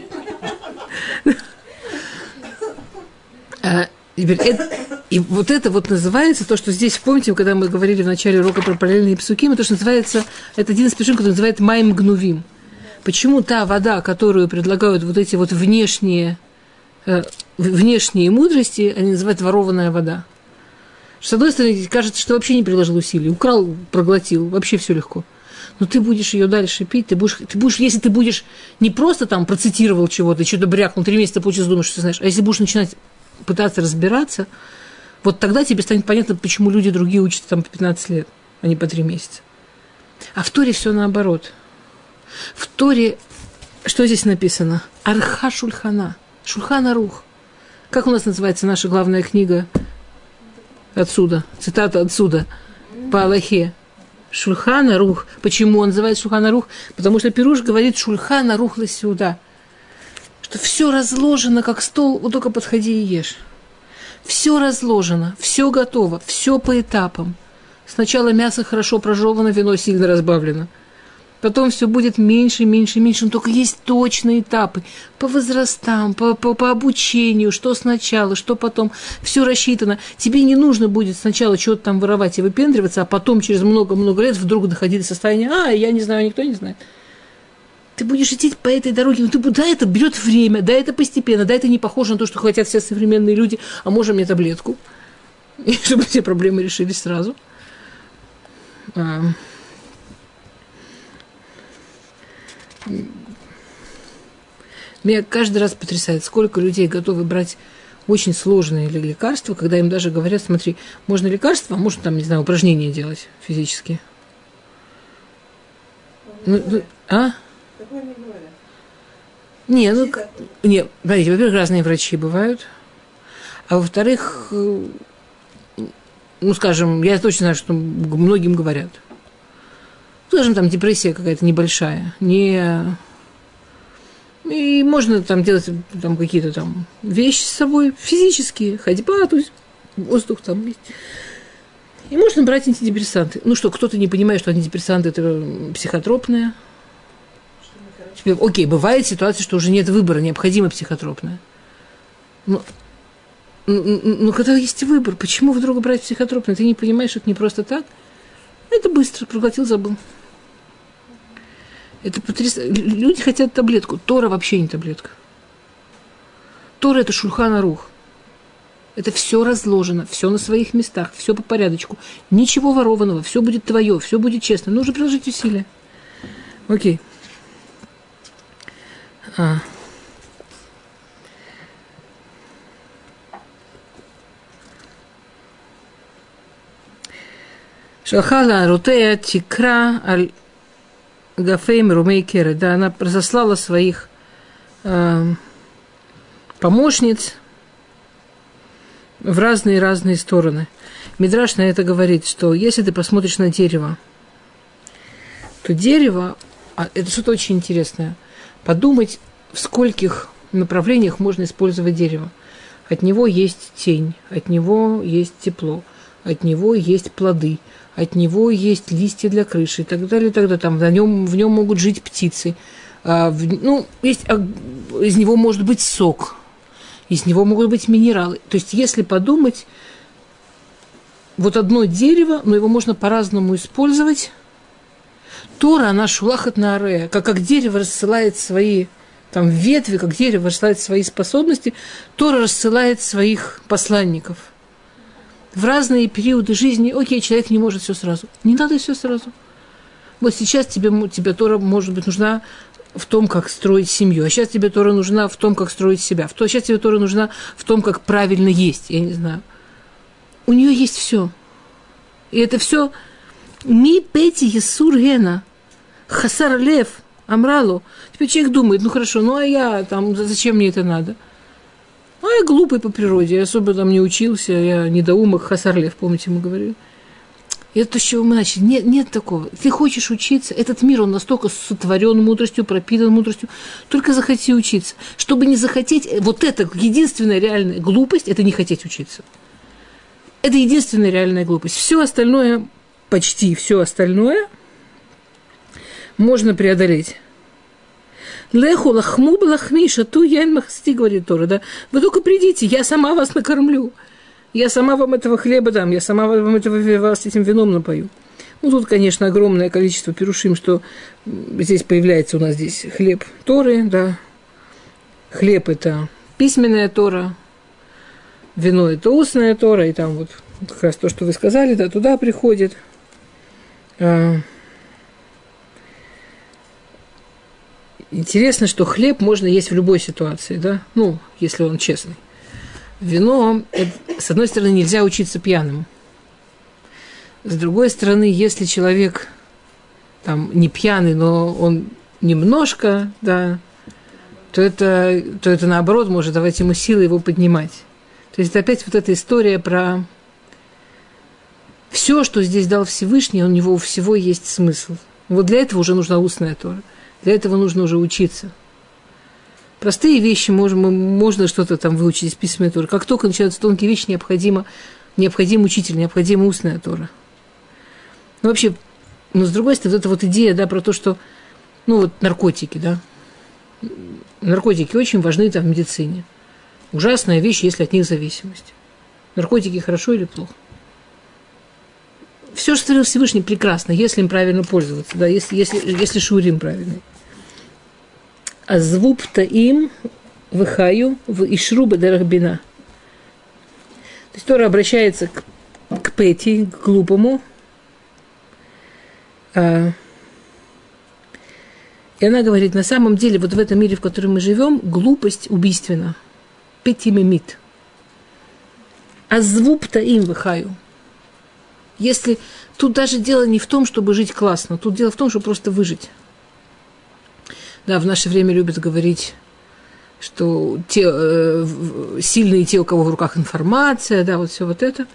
И вот это вот называется, то, что здесь, помните, когда мы говорили в начале урока про параллельные псуким, это, что называется, это один из пешим, который называется майм гнувим. Почему та вода, которую предлагают вот эти вот внешние, э, внешние мудрости, они называют ворованная вода? С одной стороны, кажется, что вообще не приложил усилий, украл, проглотил, вообще все легко. Но ты будешь ее дальше пить, ты будешь, ты будешь, если ты будешь не просто там процитировал чего-то, что-то брякнул, три месяца получится, думаешь, что ты знаешь, а если будешь начинать пытаться разбираться, вот тогда тебе станет понятно, почему люди другие учатся там по пятнадцать лет, а не по три месяца. А в Торе все наоборот. В Торе, что здесь написано? Арха Шульхана, Шульхан Арух. Как у нас называется наша главная книга? Отсюда, цитата отсюда, по Аллахе. Шульхан Арух. Почему он называется Шульхан Арух? Потому что Пируш говорит Шульхан Арух ласиуда. Что все разложено, как стол, вот только подходи и ешь. Все разложено, все готово, все по этапам. Сначала мясо хорошо прожевано, вино сильно разбавлено. Потом все будет меньше, меньше, меньше. Но только есть точные этапы. По возрастам, по, по, по обучению, что сначала, что потом. Все рассчитано. Тебе не нужно будет сначала чего-то там воровать и выпендриваться, а потом через много-много лет вдруг доходить до состояния, а, я не знаю, никто не знает. Ты будешь идти по этой дороге, но ты, да, это берет время, да, это постепенно, да, это не похоже на то, что хотят все современные люди, а можно мне таблетку, и чтобы все проблемы решились сразу. Меня каждый раз потрясает, сколько людей готовы брать очень сложные лекарства, когда им даже говорят, смотри, можно лекарства, а можно там, не знаю, упражнения делать физические. Ну, ну, а? Такое не говорят. Не, ну, не, смотрите, во-первых, разные врачи бывают, а во-вторых, ну, скажем, я точно знаю, что многим говорят. Скажем, там депрессия какая-то небольшая, не... И можно там делать там, какие-то там вещи с собой, физические, ходьба, то есть воздух там есть. И можно брать антидепрессанты. Ну что, кто-то не понимает, что антидепрессанты – это психотропное. Окей, бывает ситуация, что уже нет выбора, необходимо психотропное. Но, но, но когда есть выбор, почему вдруг брать психотропное? Ты не понимаешь, что это не просто так? Это быстро, проглотил, забыл. Это потрясающе. Люди хотят таблетку. Тора вообще не таблетка. Тора – это Шульхан Арух. Это все разложено, все на своих местах, все по порядочку. Ничего ворованного, все будет твое, все будет честно. Нужно приложить усилия. Окей. А. Шахала Рутея Тикра Аль Гафейм Румейкеры. Да, она разослала своих э, помощниц в разные-разные стороны. Мидраш на это говорит, что если ты посмотришь на дерево, то дерево, а это что-то очень интересное, подумать, в скольких направлениях можно использовать дерево. От него есть тень, от него есть тепло, от него есть плоды, от него есть листья для крыши и так далее, и так далее. Там, в, нем, в нем могут жить птицы. А, в, ну, есть, а, из него может быть сок, из него могут быть минералы. То есть, если подумать, вот одно дерево, но его можно по-разному использовать. Тора, она шулахат на арея, как, как дерево рассылает свои там, ветви, как дерево рассылает свои способности, Тора рассылает своих посланников. В разные периоды жизни, окей, человек не может все сразу. Не надо все сразу. Вот сейчас тебе, тебе Тора, может быть, нужна в том, как строить семью, а сейчас тебе Тора нужна в том, как строить себя, сейчас тебе Тора нужна в том, как правильно есть, я не знаю. у нее есть все. И это все ми пети есур гена, хасар лев, амралу. Теперь человек думает, ну хорошо, ну а я там, зачем мне это надо? А я глупый по природе, я особо там не учился, я недоумок, хасар лев, помните, мы говорили. И это то, с чего мы начали. Нет, нет такого. Ты хочешь учиться, этот мир, он настолько сотворен мудростью, пропитан мудростью. Только захоти учиться. Чтобы не захотеть, вот это единственная реальная глупость, это не хотеть учиться. Это единственная реальная глупость. Все остальное, почти все остальное можно преодолеть. Леху лахму балахми шату яйн махсти, говорит Тора, да? Вы только придите, я сама вас накормлю. Я сама вам этого хлеба дам, я сама вам этого, вас этим вином напою. Ну, тут, конечно, огромное количество пирушим, что здесь появляется у нас здесь хлеб Торы, да. Хлеб – это письменная Тора, вино – это устная Тора, и там вот как раз то, что вы сказали, да, туда приходит. Интересно, что хлеб можно есть в любой ситуации, да, ну, если он честный. Вино, с одной стороны, нельзя учиться пьяным. С другой стороны, если человек там не пьяный, но он немножко, да, то это, то это наоборот может давать ему силы его поднимать. То есть это опять вот эта история про все, что здесь дал Всевышний, у него у всего есть смысл. Вот для этого уже нужна устная Тора. Для этого нужно уже учиться. Простые вещи можно, можно что-то там выучить из письменной Торы. Как только начинаются тонкие вещи, необходимо, необходим учитель, необходима устная Тора. Ну, вообще, но с другой стороны, вот эта вот идея, да, про то, что, ну, вот наркотики, да, наркотики очень важны там в медицине. Ужасная вещь, если от них зависимость. Наркотики хорошо или плохо? Все, что творил Всевышний, прекрасно, если им правильно пользоваться, да, если, если, если шурим правильный. А звуп-то им выхаю в ишруба дарахбина. То есть Тора обращается к, к Пети, к глупому. А, и она говорит, на самом деле, вот в этом мире, в котором мы живем, глупость убийственна. Пети мемит. А звуп-то им выхаю. Если тут даже дело не в том, чтобы жить классно, тут дело в том, чтобы просто выжить. Да, в наше время любят говорить, что те, э, сильные те, у кого в руках информация, да, вот все вот это.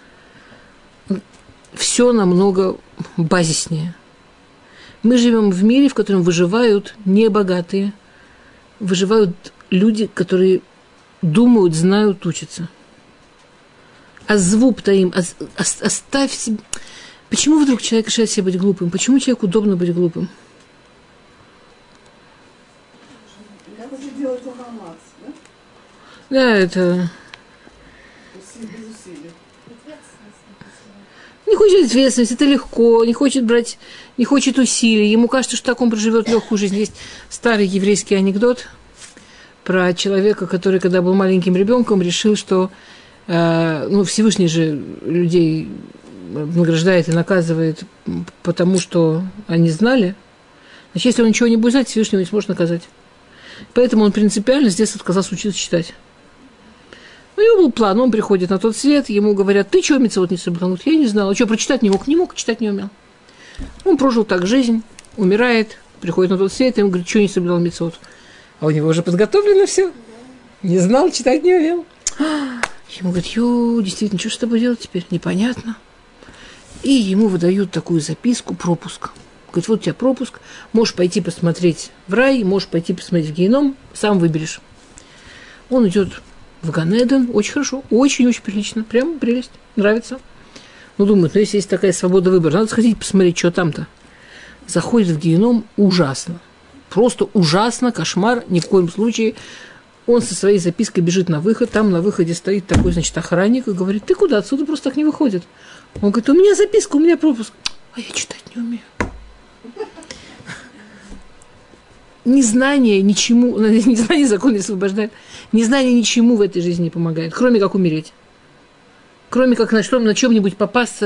Все намного базиснее. Мы живем в мире, в котором выживают небогатые, выживают люди, которые думают, знают, учатся. А звук-то им, оставь себе... Почему вдруг человек решает себе быть глупым? Почему человеку удобно быть глупым? Да, это... Не хочет ответственности, это легко, не хочет брать, не хочет усилий. Ему кажется, что так он проживет легкую жизнь. Есть старый еврейский анекдот про человека, который, когда был маленьким ребенком, решил, что э, ну, Всевышний же людей награждает и наказывает, потому что они знали. Значит, если он ничего не будет знать, Всевышний его не сможет наказать. Поэтому он принципиально с детства отказался учиться читать. У него был план, он приходит на тот свет, ему говорят, ты чего мицвот не соблюдал? Я не знал, а что, прочитать не мог? Не мог, читать не умел. Он прожил так жизнь, умирает, приходит на тот свет, и ему говорит, что не соблюдал мицвот? А у него уже подготовлено все. Не знал, читать не умел. Ему говорят, ё, действительно, что с тобой делать теперь? Непонятно. И ему выдают такую записку, пропуск. Говорит, вот у тебя пропуск, можешь пойти посмотреть в рай, можешь пойти посмотреть в геном, сам выберешь. Он идет в Ганеден, очень хорошо, очень-очень прилично, прям прелесть, нравится. Ну, думают, ну, если есть такая свобода выбора, надо сходить посмотреть, что там-то. Заходит в геном, ужасно. Просто ужасно, кошмар, ни в коем случае. Он со своей запиской бежит на выход, там на выходе стоит такой, значит, охранник и говорит, ты куда, отсюда просто так не выходит. Он говорит, у меня записка, у меня пропуск. А я читать не умею. Незнание ничему, незнание закон не освобождает, незнание ничему в этой жизни не помогает, кроме как умереть. Кроме как на, на чем-нибудь попасться.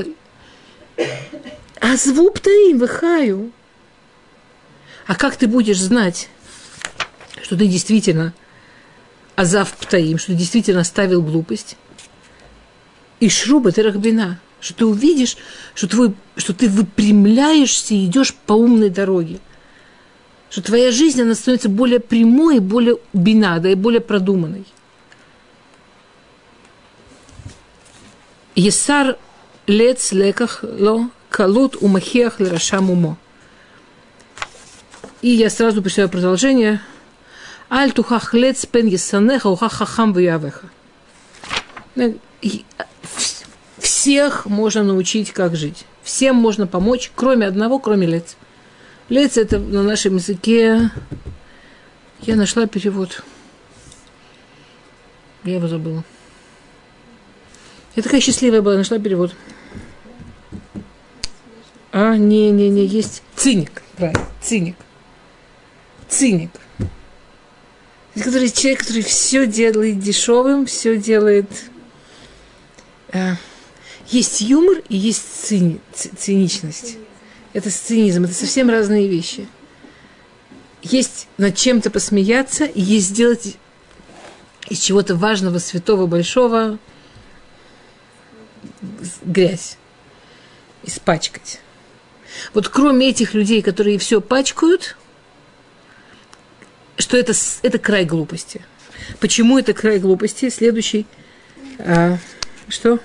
А звук-то им выхаю. А как ты будешь знать, что ты действительно азав птаим, что ты действительно оставил глупость? И шруба ты рахбина, что ты увидишь, что, твой, что ты выпрямляешься и идешь по умной дороге. Что твоя жизнь, она становится более прямой, более бина, да, и более продуманной. Есар лец леках ло калут умахех лерашам умо. И я сразу прочитаю продолжение. Аль тухах лец пен есанеха ухах хахам вявеха. Всех можно научить, как жить. Всем можно помочь, кроме одного, кроме лец. Лец – это на нашем языке... Я нашла перевод. Я его забыла. Я такая счастливая была, нашла перевод. А, не-не-не, есть циник. Правильно, циник. Циник. Который, человек, который все делает дешевым, все делает... А, есть юмор и есть цини, циничность. Это цинизм, это совсем разные вещи. Есть над чем-то посмеяться, и есть сделать из чего-то важного, святого, большого грязь. Испачкать. Вот кроме этих людей, которые все пачкают, что это, это край глупости. Почему это край глупости? Следующий. А, что?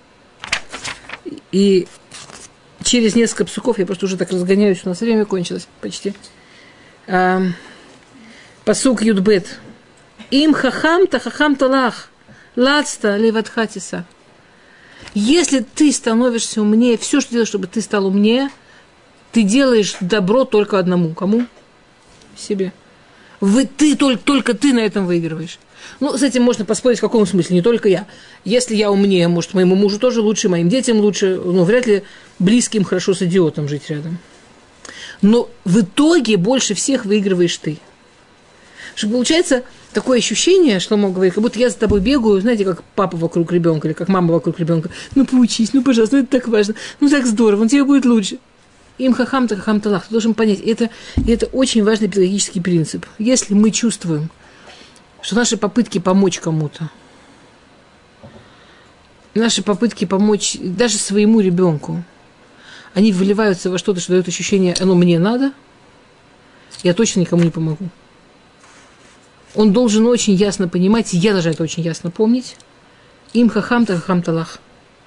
И через несколько псуков, я просто уже так разгоняюсь, у нас время кончилось почти. А, пасук Юдбет. Им хахамта хахамта лах. Лацта леватхатиса. Если ты становишься умнее, все, что делаешь, чтобы ты стал умнее, ты делаешь добро только одному. Кому? Себе. Вы, ты, только, только ты на этом выигрываешь. Ну, с этим можно поспорить в каком смысле, не только я. Если я умнее, может, моему мужу тоже лучше, моим детям лучше, ну, вряд ли близким хорошо с идиотом жить рядом. Но в итоге больше всех выигрываешь ты. Что получается такое ощущение, что мог говорить, как будто я за тобой бегаю, знаете, как папа вокруг ребенка или как мама вокруг ребенка. Ну, поучись, ну, пожалуйста, ну, это так важно, ну, так здорово, он тебе будет лучше. Им хахам-то хахам-талах. Ты должен понять, это, это очень важный педагогический принцип. Если мы чувствуем, что наши попытки помочь кому-то, наши попытки помочь даже своему ребенку, они выливаются во что-то, что дает ощущение, оно мне надо, я точно никому не помогу. Он должен очень ясно понимать, и я должна это очень ясно помнить, им хахам-то хахам-талах.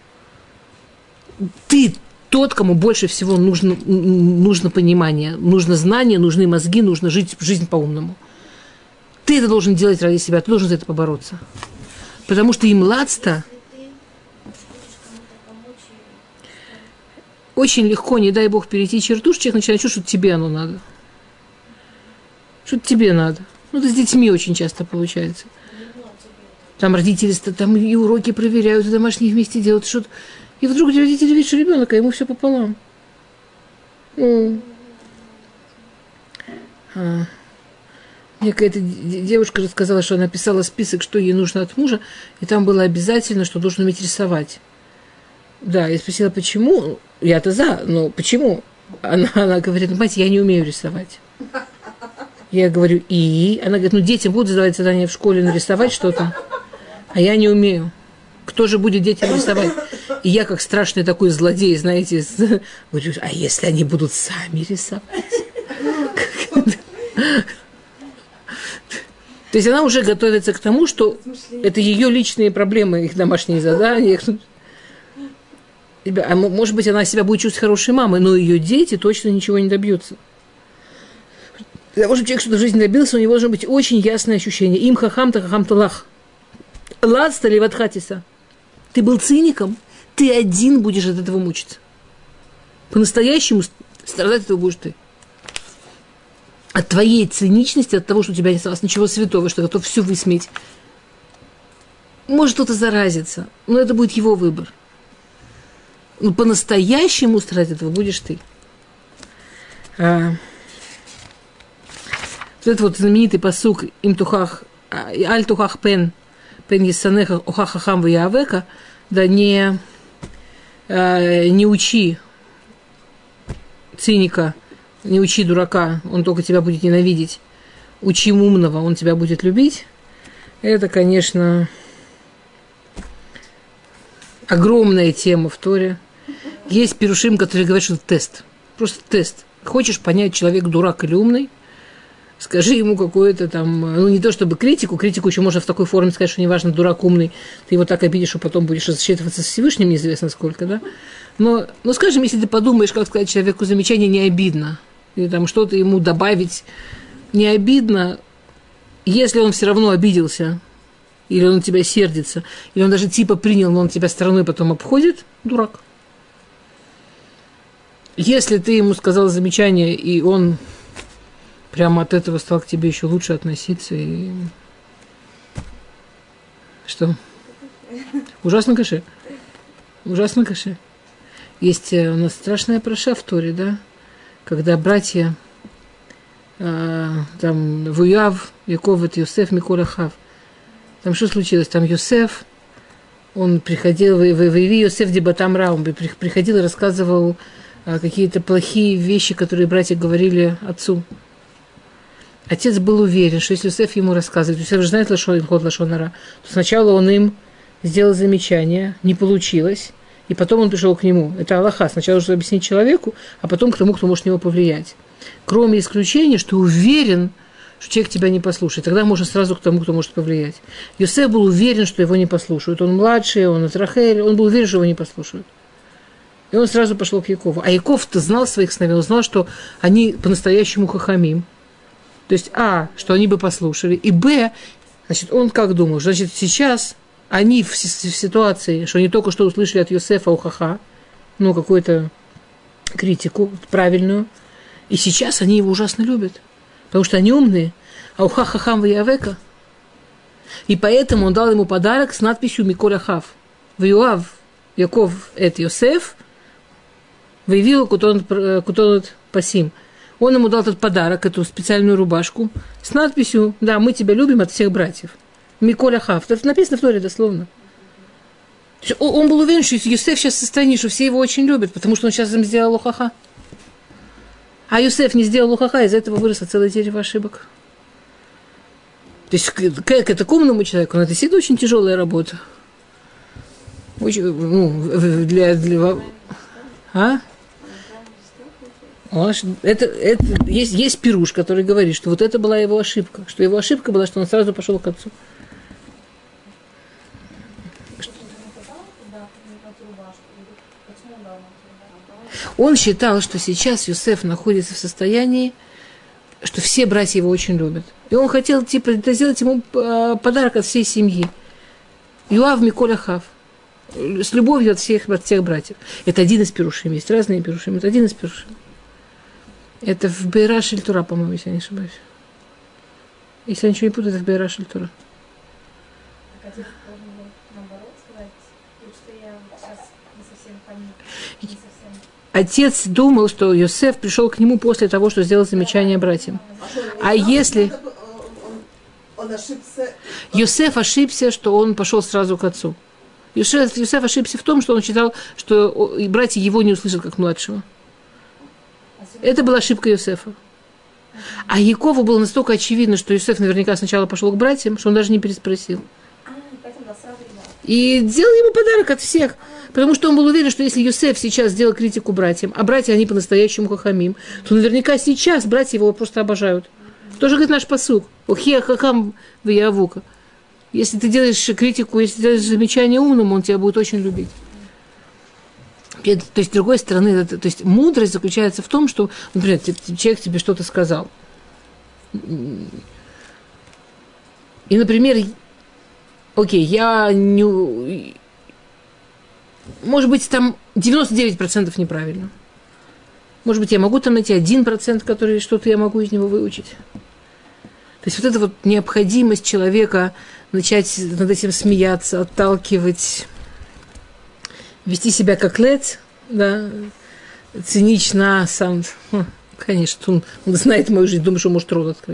Ты тот, кому больше всего нужно, нужно понимание, нужно знание, нужны мозги, нужно жить жизнь по-умному. Ты это должен делать ради себя, ты должен за это побороться. Потому что им ладста очень легко, не дай Бог, перейти черту, что человек начинает чувствовать, что тебе оно надо. Что-то тебе надо. Ну, это с детьми очень часто получается. Там родители там и уроки проверяют, и домашние вместе делают что-то. И вдруг родители видят, что ребенок, а ему все пополам. Ну. А. Мне какая-то девушка рассказала, что она писала список, что ей нужно от мужа, и там было обязательно, что должен уметь рисовать. Да, я спросила, почему? Я-то за, но почему? Она, она говорит, ну, понимаете, я не умею рисовать. Я говорю, и? Она говорит, ну, детям будут задавать задания в школе нарисовать что-то, а я не умею. Кто же будет детям рисовать? И я, как страшный такой злодей, знаете, говорю, а если они будут сами рисовать? То есть она уже готовится к тому, что это ее личные проблемы, их домашние задания. А может быть, она себя будет чувствовать хорошей мамой, но ее дети точно ничего не добьются. Для того, чтобы человек что-то в жизни добился, у него должно быть очень ясное ощущение. Им хахам-то хахам-талах. Ладста ли ватхатиса. Ты был циником, ты один будешь от этого мучиться. По-настоящему страдать этого будешь ты. От твоей циничности, от того, что у тебя не осталось ничего святого, что готов все высмеять. Может кто-то заразиться, но это будет его выбор. Но по-настоящему страдать этого будешь ты. А, вот этот вот знаменитый пасук им тухах, аль тухах пен, пен есанеха ухах хахам ваявека, да не, а, не учи циника, не учи дурака, он только тебя будет ненавидеть. Учи умного, он тебя будет любить. Это, конечно, огромная тема в Торе. Есть пирушим, которые говорят, что это тест. Просто тест. Хочешь понять, человек дурак или умный, скажи ему какое-то там, ну не то чтобы критику, критику еще можно в такой форме сказать, что неважно, дурак, умный, ты его так обидишь, что потом будешь рассчитываться с Всевышним, неизвестно сколько, да. Но, ну скажем, если ты подумаешь, как сказать человеку замечание, не обидно, или там что-то ему добавить, не обидно, если он все равно обиделся, или он на тебя сердится, или он даже типа принял, но он тебя стороной потом обходит, дурак. Если ты ему сказал замечание, и он прямо от этого стал к тебе еще лучше относиться, и... Что? Ужасно каше. Ужасно каше. Есть у нас страшная проша в Торе, да? Когда братья, э, там, Вуяв, Яков, Йосеф, Миколь Ахав. Там что случилось? Там Йосеф, он приходил, Ваеви Йосеф Дебатам Раум, приходил и рассказывал какие-то плохие вещи, которые братья говорили отцу. Отец был уверен, что если Йосеф ему рассказывает, Йосеф же знает лашон, ход лашонара, то сначала он им сделал замечание, не получилось, и потом он пришел к нему. Это Аллаха. Сначала нужно объяснить человеку, а потом к тому, кто может на него повлиять. Кроме исключения, что уверен, что человек тебя не послушает. Тогда можно сразу к тому, кто может повлиять. Йосеф был уверен, что его не послушают. Он младший, он от Рахель, он был уверен, что его не послушают. И он сразу пошел к Якову. А Яков-то знал своих сыновей, он знал, что они по-настоящему хахамим. То есть, а, что они бы послушали, и б, значит, он как думал, значит, сейчас они в, в ситуации, что они только что услышали от Йосефа ухаха, ну, какую-то критику правильную, и сейчас они его ужасно любят, потому что они умные, а уха хахам ваявека. И поэтому он дал ему подарок с надписью Миколь Ахав. Ваюав Яков эт Йосеф, выявил кутонот пасим. Он ему дал этот подарок, эту специальную рубашку, с надписью «Да, мы тебя любим от всех братьев». Миколь Ахав. Это написано в Торе дословно. Он был уверен, что Йосеф сейчас в состоянии, что все его очень любят, потому что он сейчас им сделал ухаха. А Йосеф не сделал ухаха, из-за этого выросло целое дерево ошибок. То есть, как это к умному человеку, это действительно очень тяжелая работа. Очень, ну, для... для... А? Это, это, есть, есть пируш, который говорит, что вот это была его ошибка. Что его ошибка была, что он сразу пошел к отцу. Он считал, что сейчас Йосеф находится в состоянии, что все братья его очень любят. И он хотел типа сделать ему подарок от всей семьи. Юав Миколь Ахав. С любовью от всех, от всех братьев. Это один из пирушим. Есть разные пирушим. Это один из пирушим. Это в Бейра Шельтура, по-моему, если я не ошибаюсь. Если я ничего не путаю, это в Бейра Шельтура. Так отец должен был наоборот сказать, что я сейчас не совсем понимаю. Не совсем... Отец думал, что Йосеф пришел к нему после того, что сделал замечание братьям. А если... Он ошибся... Йосеф ошибся, что он пошел сразу к отцу. Йосеф, Йосеф ошибся в том, что он считал, что братья его не услышат как младшего. Это была ошибка Йосефа. А Якову было настолько очевидно, что Йосеф наверняка сначала пошел к братьям, что он даже не переспросил. И сделал ему подарок от всех. Потому что он был уверен, что если Йосеф сейчас сделал критику братьям, а братья, они по-настоящему хахамим, то наверняка сейчас братья его просто обожают. Тоже говорит наш пасук. Охе хахам ваявука. Если ты делаешь критику, если ты делаешь замечание умному, он тебя будет очень любить. То есть, с другой стороны, это, то есть, мудрость заключается в том, что, например, человек тебе что-то сказал. И, например, окей, я не... Может быть, там девяносто девять процентов неправильно. Может быть, я могу там найти один процент, который что-то я могу из него выучить. То есть, вот эта вот необходимость человека начать над этим смеяться, отталкивать... Вести себя как лец, да, цинично, сам, ну, конечно, он, он знает мою жизнь, думаю, что может рот открыть.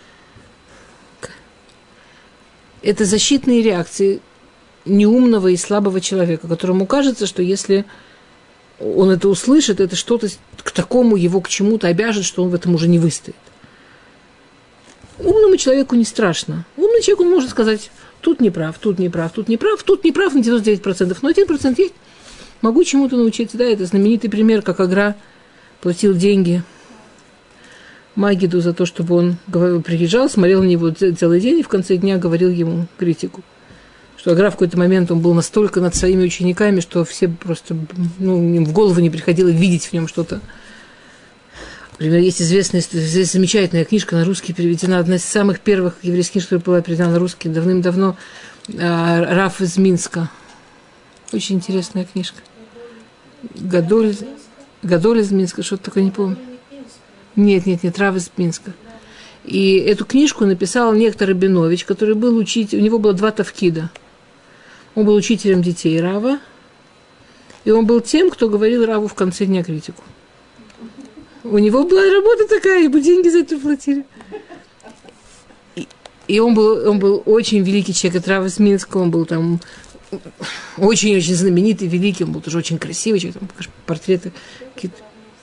Это защитные реакции неумного и слабого человека, которому кажется, что если он это услышит, это что-то к такому его к чему-то обяжет, что он в этом уже не выстоит. Умному человеку не страшно. Умный человек, он может сказать, тут не прав, тут не прав, тут не прав, тут не прав на девяносто девять процентов, но один процент есть. Могу чему-то научиться. Да, это знаменитый пример, как Агра платил деньги Магиду за то, чтобы он приезжал, смотрел на него целый день и в конце дня говорил ему критику. Что Агра в какой-то момент он был настолько над своими учениками, что все просто, ну, им в голову не приходило видеть в нем что-то. Например, есть известная, замечательная книжка на русский переведена, одна из самых первых еврейских книг, которая была переведена на русский давным-давно, Раф из Минска. Очень интересная книжка. Гадоль, Гадоль из Минска, что-то такое, не помню. Нет, нет, нет, Рав из Минска. И эту книжку написал некто Рабинович, который был учитель, у него было два тавкида. Он был учителем детей Рава, и он был тем, кто говорил Раву в конце дня критику. У него была работа такая, ему деньги за это платили. И, и он, был, он был очень великий человек, это Рав из Минска, он был там очень-очень знаменитый, великий, он был тоже очень красивый человек, там портреты какие-то.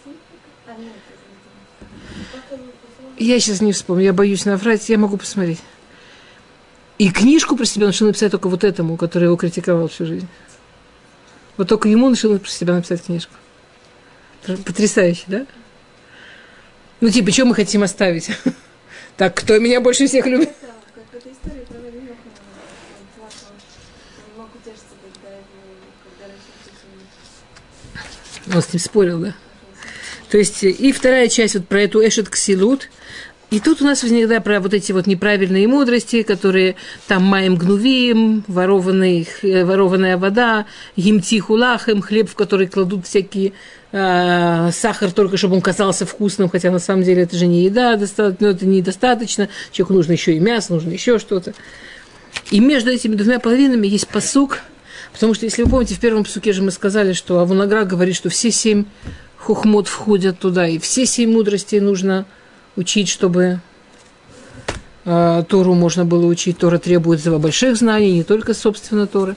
Я сейчас не вспомню, я боюсь наврать, я могу посмотреть. И книжку про себя он решил написать только вот этому, который его критиковал всю жизнь. Вот только ему он решил про себя написать книжку. Потрясающе, да? Ну, типа, что мы хотим оставить? Так, кто меня больше всех любит? Как эта история про Раби Йоханана. Он плакал, он мог утешиться, когда когда раньше. Он с ним спорил, да? То есть, и вторая часть вот про эту Эшет Ксилут. И тут у нас возникает, да, про вот эти вот неправильные мудрости, которые там маем гнувием, ворованный, ворованная вода, гимтиху лахем, хлеб, в который кладут всякие э, сахар, только чтобы он казался вкусным, хотя на самом деле это же не еда, достаточно, ну, это недостаточно, человеку нужно еще и мясо, нужно еще что-то. И между этими двумя половинами есть пасук, потому что, если вы помните, в первом пасуке же мы сказали, что Авон Агра говорит, что все семь хухмот входят туда, и все семь мудростей нужно учить, чтобы э, Тору можно было учить. Тора требует больших знаний, не только, собственно, Торы.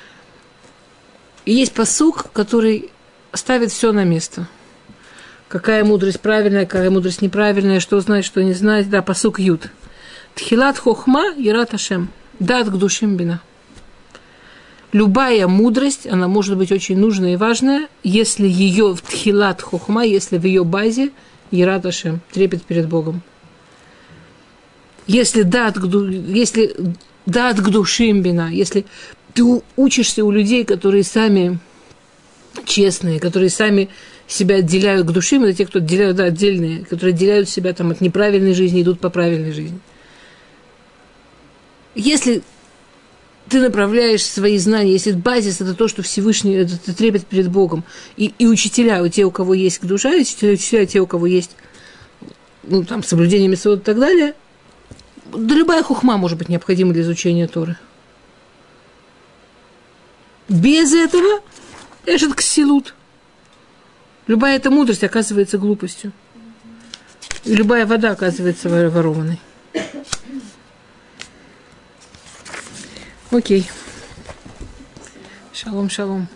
И есть пасук, который ставит все на место. Какая мудрость правильная, какая мудрость неправильная, что знать, что не знать. Да, пасук Юд. Тхилат хохма ярат Ашем. Дат гдушим бина. Любая мудрость, она может быть очень нужная и важная, если ее в тхилат хохма, если в ее базе ярат Ашем, трепет перед Богом. Если дат если дат гдушим бина, если ты учишься у людей, которые сами честные, которые сами себя отделяют к душим, это те, кто отделяют, да, отдельные, которые отделяют себя там от неправильной жизни, идут по правильной жизни. Если ты направляешь свои знания, если базис – это то, что Всевышний, это, это трепет перед Богом, и, и учителя, у те, у кого есть душа, и учителя, учителя, те, у кого есть, ну, там, соблюдение мицвот и так далее, да любая хухма может быть необходима для изучения Торы. Без этого эшет ксилут. Любая эта мудрость оказывается глупостью. И любая вода оказывается ворованной. Окей. Шалом, шалом.